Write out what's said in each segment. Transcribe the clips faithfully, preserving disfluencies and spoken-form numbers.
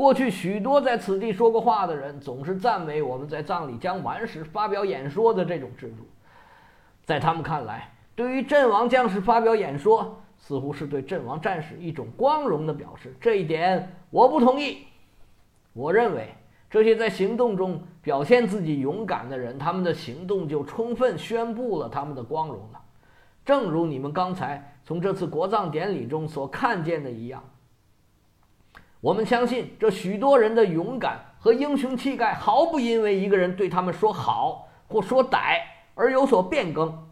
过去许多在此地说过话的人，总是赞美我们在葬礼将完时发表演说的这种制度。在他们看来，对于阵亡将士发表演说，似乎是对阵亡战士一种光荣的表示。这一点我不同意。我认为这些在行动中表现自己勇敢的人，他们的行动就充分宣布了他们的光荣了。正如你们刚才从这次国葬典礼中所看见的一样，我们相信这许多人的勇敢和英雄气概毫不因为一个人对他们说好或说歹而有所变更。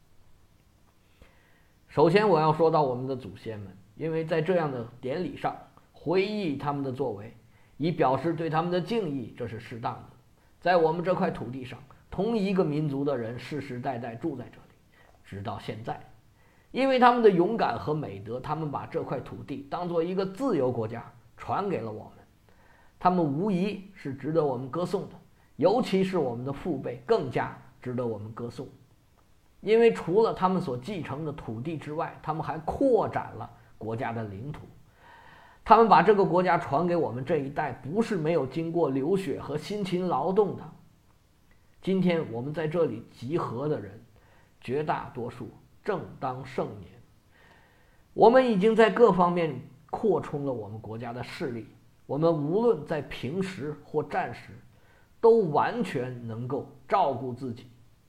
首先我要说到我们的祖先们，因为在这样的典礼上回忆他们的作为，以表示对他们的敬意，这是适当的。在我们这块土地上，同一个民族的人世世代代住在这里，直到现在。因为他们的勇敢和美德，他们把这块土地当作一个自由国家传给了我们，他们无疑是值得我们歌颂的，尤其是我们的父辈更加值得我们歌颂。因为除了他们所继承的土地之外，他们还扩展了国家的领土。他们把这个国家传给我们这一代，不是没有经过流血和辛勤劳动的。今天我们在这里集合的人，绝大多数正当盛年。我们已经在各方面扩充了我们国家的势力，我们无论在平时或战时，都完全能够照顾自己。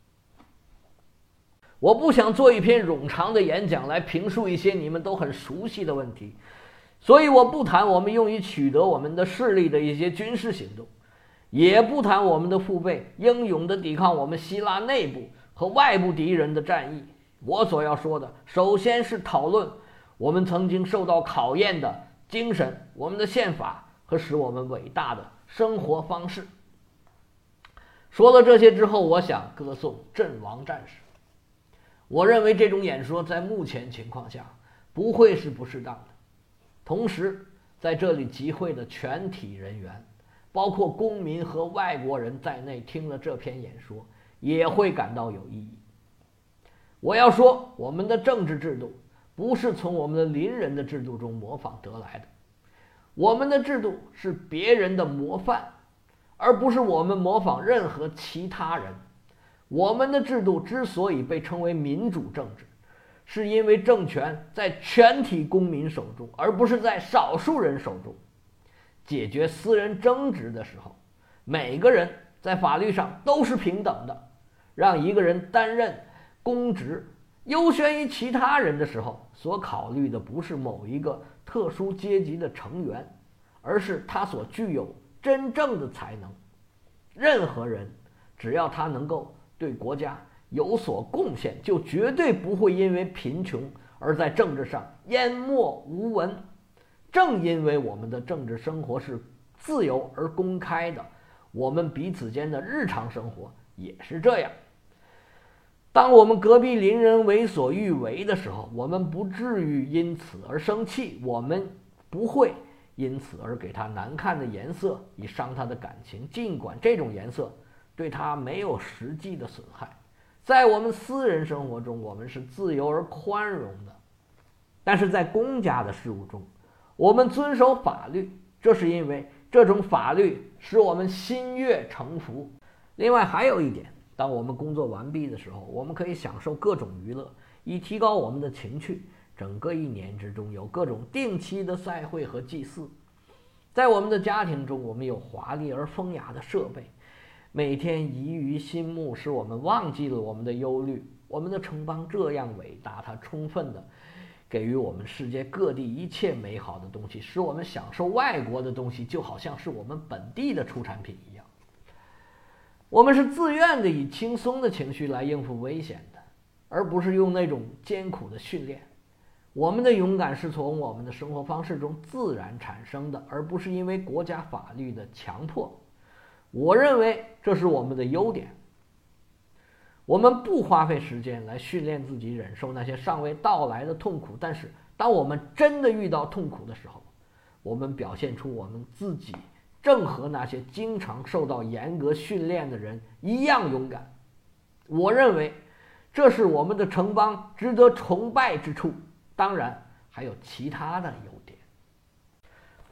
我不想做一篇冗长的演讲来评述一些你们都很熟悉的问题，所以我不谈我们用于取得我们的势力的一些军事行动，也不谈我们的父辈英勇地抵抗我们希腊内部和外部敌人的战役。我所要说的，首先是讨论我们曾经受到考验的精神，我们的宪法和使我们伟大的生活方式。说了这些之后，我想歌颂阵亡战士。我认为这种演说在目前情况下不会是不适当的。同时，在这里集会的全体人员，包括公民和外国人在内，听了这篇演说也会感到有意义。我要说，我们的政治制度不是从我们的邻人的制度中模仿得来的，我们的制度是别人的模范，而不是我们模仿任何其他人。我们的制度之所以被称为民主政治，是因为政权在全体公民手中，而不是在少数人手中。解决私人争执的时候，每个人在法律上都是平等的。让一个人担任公职优先于其他人的时候，所考虑的不是某一个特殊阶级的成员，而是他所具有真正的才能。任何人只要他能够对国家有所贡献，就绝对不会因为贫穷而在政治上淹没无闻。正因为我们的政治生活是自由而公开的，我们彼此间的日常生活也是这样。当我们隔壁邻人为所欲为的时候，我们不至于因此而生气，我们不会因此而给他难看的颜色以伤他的感情，尽管这种颜色对他没有实际的损害。在我们私人生活中，我们是自由而宽容的，但是在公家的事务中，我们遵守法律，这是因为这种法律使我们心悦诚服。另外还有一点，当我们工作完毕的时候，我们可以享受各种娱乐，以提高我们的情趣。整个一年之中，有各种定期的赛会和祭祀。在我们的家庭中，我们有华丽而风雅的设备，每天怡于心目，使我们忘记了我们的忧虑。我们的城邦这样伟大，它充分的给予我们世界各地一切美好的东西，使我们享受外国的东西就好像是我们本地的出产品一样。我们是自愿的以轻松的情绪来应付危险的，而不是用那种艰苦的训练。我们的勇敢是从我们的生活方式中自然产生的，而不是因为国家法律的强迫。我认为这是我们的优点。我们不花费时间来训练自己忍受那些尚未到来的痛苦，但是当我们真的遇到痛苦的时候，我们表现出我们自己正和那些经常受到严格训练的人一样勇敢。我认为这是我们的城邦值得崇拜之处，当然还有其他的优点。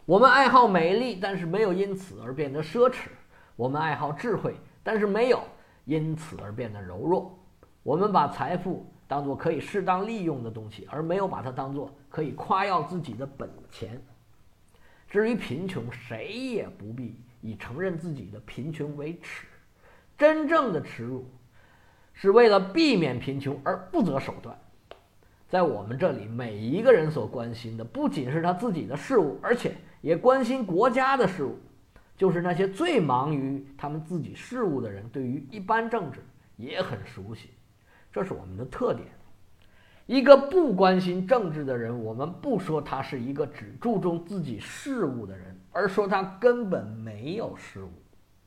我们爱好美丽，但是没有因此而变得奢侈；我们爱好智慧，但是没有因此而变得柔弱。我们把财富当作可以适当利用的东西，而没有把它当作可以夸耀自己的本钱。至于贫穷，谁也不必以承认自己的贫穷为耻。真正的耻辱是为了避免贫穷而不择手段。在我们这里，每一个人所关心的不仅是他自己的事物，而且也关心国家的事物。就是那些最忙于他们自己事务的人，对于一般政治也很熟悉，这是我们的特点。一个不关心政治的人，我们不说他是一个只注重自己事务的人，而说他根本没有事务。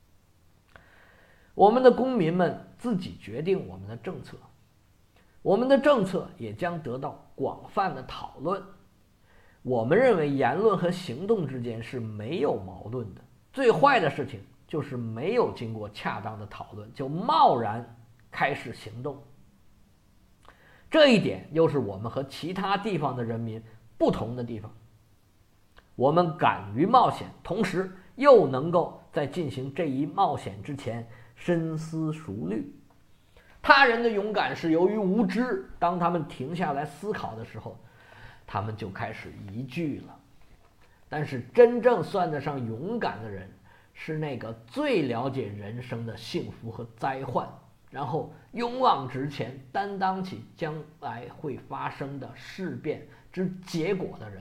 我们的公民们自己决定我们的政策，我们的政策也将得到广泛的讨论。我们认为言论和行动之间是没有矛盾的。最坏的事情就是没有经过恰当的讨论就贸然开始行动。这一点又是我们和其他地方的人民不同的地方。我们敢于冒险，同时又能够在进行这一冒险之前深思熟虑。他人的勇敢是由于无知，当他们停下来思考的时候，他们就开始疑惧了。但是真正算得上勇敢的人，是那个最了解人生的幸福和灾患，然后勇往直前，担当起将来会发生的事变之结果的人。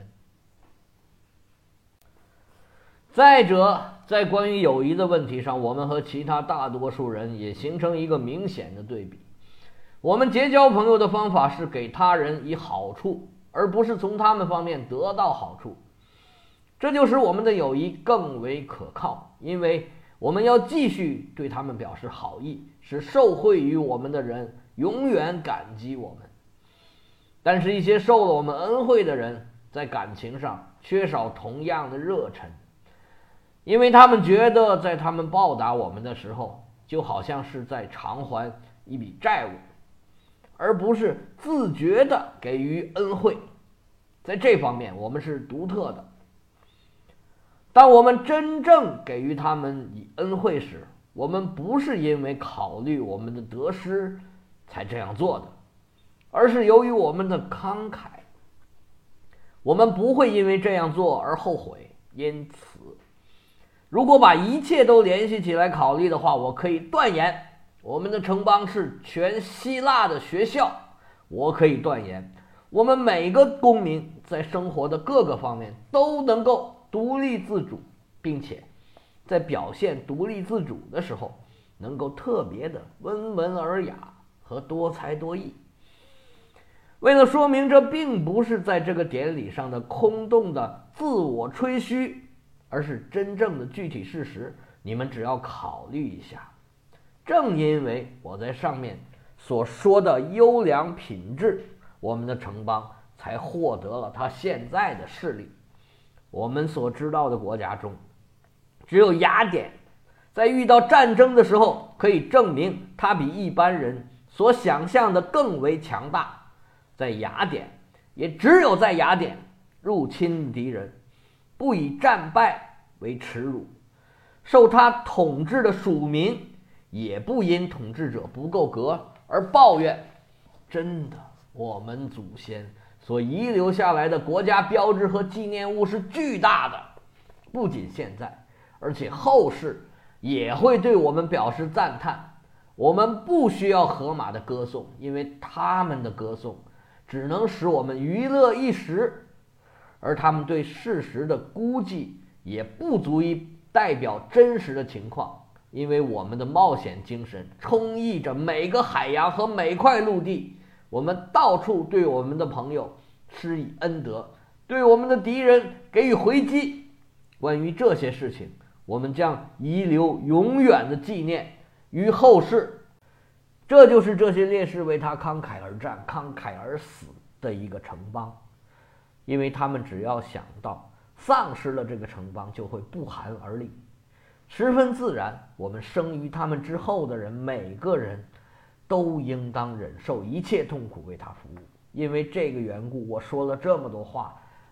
再者，在关于友谊的问题上，我们和其他大多数人也形成一个明显的对比。我们结交朋友的方法是给他人以好处，而不是从他们方面得到好处。这就使我们的友谊更为可靠，因为我们要继续对他们表示好意，使受惠于我们的人永远感激我们。但是一些受了我们恩惠的人，在感情上缺少同样的热忱，因为他们觉得在他们报答我们的时候，就好像是在偿还一笔债务，而不是自觉地给予恩惠。在这方面我们是独特的。当我们真正给予他们以恩惠时，我们不是因为考虑我们的得失才这样做的，而是由于我们的慷慨。我们不会因为这样做而后悔。因此，如果把一切都联系起来考虑的话，我可以断言，我们的城邦是全希腊的学校。我可以断言，我们每个公民在生活的各个方面都能够独立自主，并且在表现独立自主的时候，能够特别的温文尔雅和多才多艺。为了说明这并不是在这个典礼上的空洞的自我吹嘘，而是真正的具体事实，你们只要考虑一下。正因为我在上面所说的优良品质，我们的城邦才获得了它现在的势力。我们所知道的国家中，只有雅典在遇到战争的时候可以证明它比一般人所想象的更为强大。在雅典，也只有在雅典，入侵敌人不以战败为耻辱，受他统治的属民也不因统治者不够格而抱怨。真的，我们祖先所遗留下来的国家标志和纪念物是巨大的，不仅现在，而且后世也会对我们表示赞叹。我们不需要荷马的歌颂，因为他们的歌颂只能使我们娱乐一时，而他们对事实的估计也不足以代表真实的情况，因为我们的冒险精神充溢着每个海洋和每块陆地。我们到处对我们的朋友施以恩德，对我们的敌人给予回击。关于这些事情，我们将遗留永远的纪念于后世。这就是这些烈士为他慷慨而战、慷慨而死的一个城邦，因为他们只要想到丧失了这个城邦，就会不寒而栗。十分自然，我们生于他们之后的人，每个人都应当忍受一切痛苦为他服务。因为这个缘故，我说了这么多话，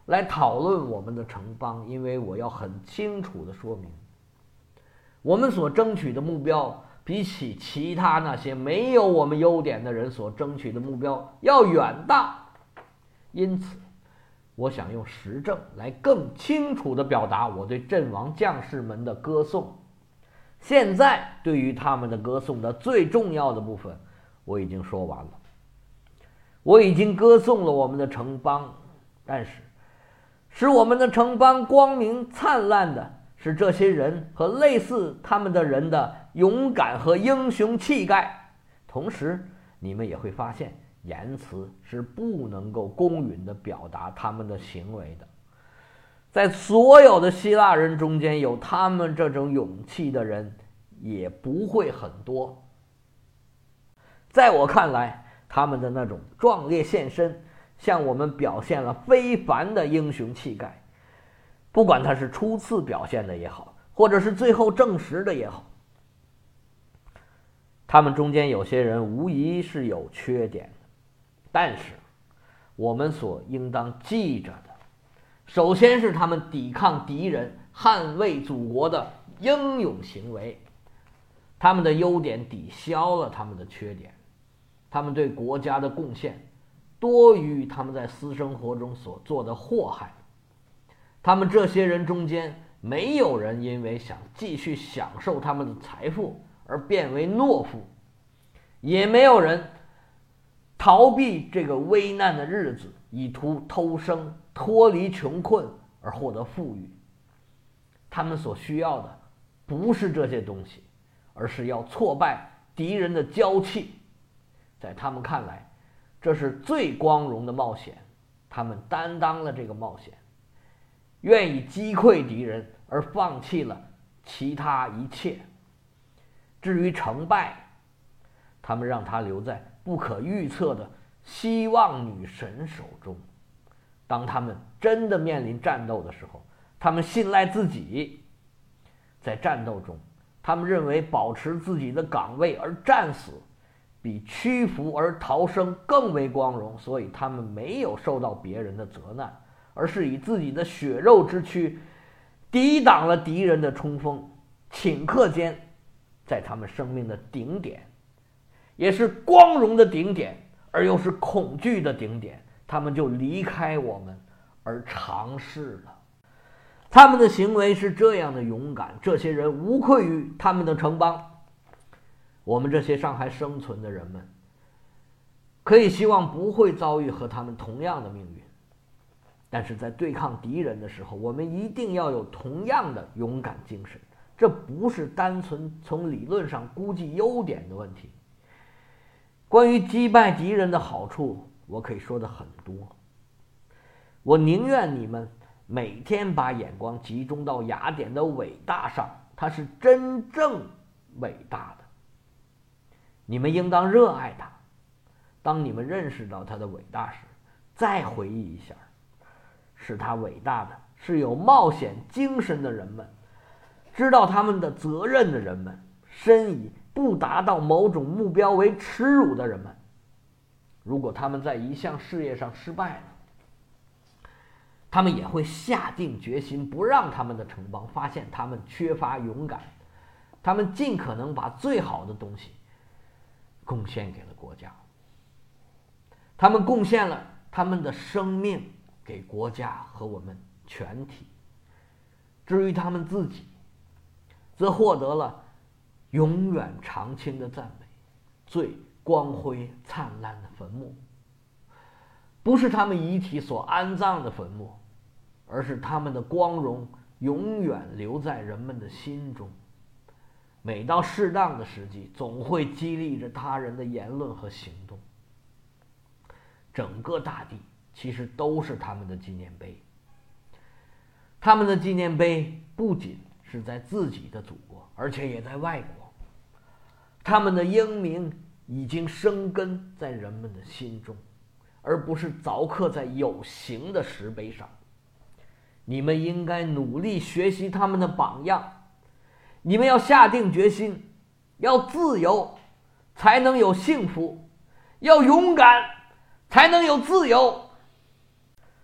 来讨论我们的城邦，因为我要很清楚地说明，我们所争取的目标比起其他那些没有我们优点的人所争取的目标要远大。因此我想用实证来更清楚地表达我对阵亡将士们的歌颂。现在对于他们的歌颂的最重要的部分我已经说完了。我已经歌颂了我们的城邦，但是使我们的城邦光明灿烂的是这些人和类似他们的人的勇敢和英雄气概。同时你们也会发现，言辞是不能够公允地表达他们的行为的。在所有的希腊人中间，有他们这种勇气的人也不会很多。在我看来，他们的那种壮烈献身向我们表现了非凡的英雄气概，不管他是初次表现的也好，或者是最后证实的也好。他们中间有些人无疑是有缺点的，但是我们所应当记着的，首先是他们抵抗敌人、捍卫祖国的英勇行为。他们的优点抵消了他们的缺点，他们对国家的贡献多于他们在私生活中所做的祸害。他们这些人中间没有人因为想继续享受他们的财富而变为懦夫，也没有人逃避这个危难的日子以图偷生，脱离穷困而获得富裕。他们所需要的不是这些东西，而是要挫败敌人的骄气。在他们看来，这是最光荣的冒险，他们担当了这个冒险，愿意击溃敌人而放弃了其他一切。至于成败，他们让他留在不可预测的希望女神手中。当他们真的面临战斗的时候，他们信赖自己。在战斗中，他们认为保持自己的岗位而战死比屈服而逃生更为光荣，所以他们没有受到别人的责难，而是以自己的血肉之躯抵挡了敌人的冲锋。顷刻间，在他们生命的顶点，也是光荣的顶点，而又是恐惧的顶点，他们就离开我们而尝试了。他们的行为是这样的勇敢，这些人无愧于他们的城邦。我们这些上海生存的人们可以希望不会遭遇和他们同样的命运，但是在对抗敌人的时候，我们一定要有同样的勇敢精神。这不是单纯从理论上估计优点的问题。关于击败敌人的好处，我可以说的很多。我宁愿你们每天把眼光集中到雅典的伟大上，它是真正伟大的。你们应当热爱它。当你们认识到它的伟大时，再回忆一下，使它伟大的是有冒险精神的人们，知道他们的责任的人们，深以不达到某种目标为耻辱的人们。如果他们在一项事业上失败了，他们也会下定决心不让他们的城邦发现他们缺乏勇敢，他们尽可能把最好的东西贡献给了国家，他们贡献了他们的生命给国家和我们全体。至于他们自己，则获得了永远长青的赞美，最光辉灿烂的坟墓，不是他们遗体所安葬的坟墓，而是他们的光荣永远留在人们的心中。每到适当的时机，总会激励着他人的言论和行动。整个大地其实都是他们的纪念碑，他们的纪念碑不仅是在自己的祖国，而且也在外国。他们的英名已经生根在人们的心中，而不是凿刻在有形的石碑上。你们应该努力学习他们的榜样，你们要下定决心，要自由才能有幸福，要勇敢才能有自由。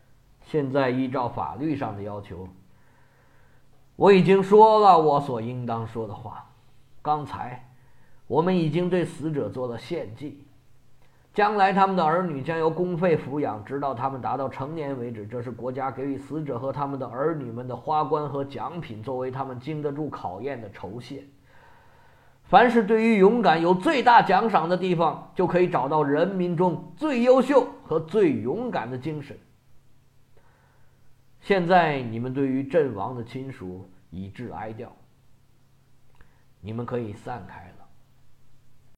现在依照法律上的要求，我已经说了我所应当说的话。刚才我们已经对死者做了献祭，将来他们的儿女将由公费抚养，直到他们达到成年为止。这是国家给予死者和他们的儿女们的花冠和奖品，作为他们经得住考验的酬谢。凡是对于勇敢有最大奖赏的地方，就可以找到人民中最优秀和最勇敢的精神。现在你们对于阵亡的亲属已致哀悼，你们可以散开了。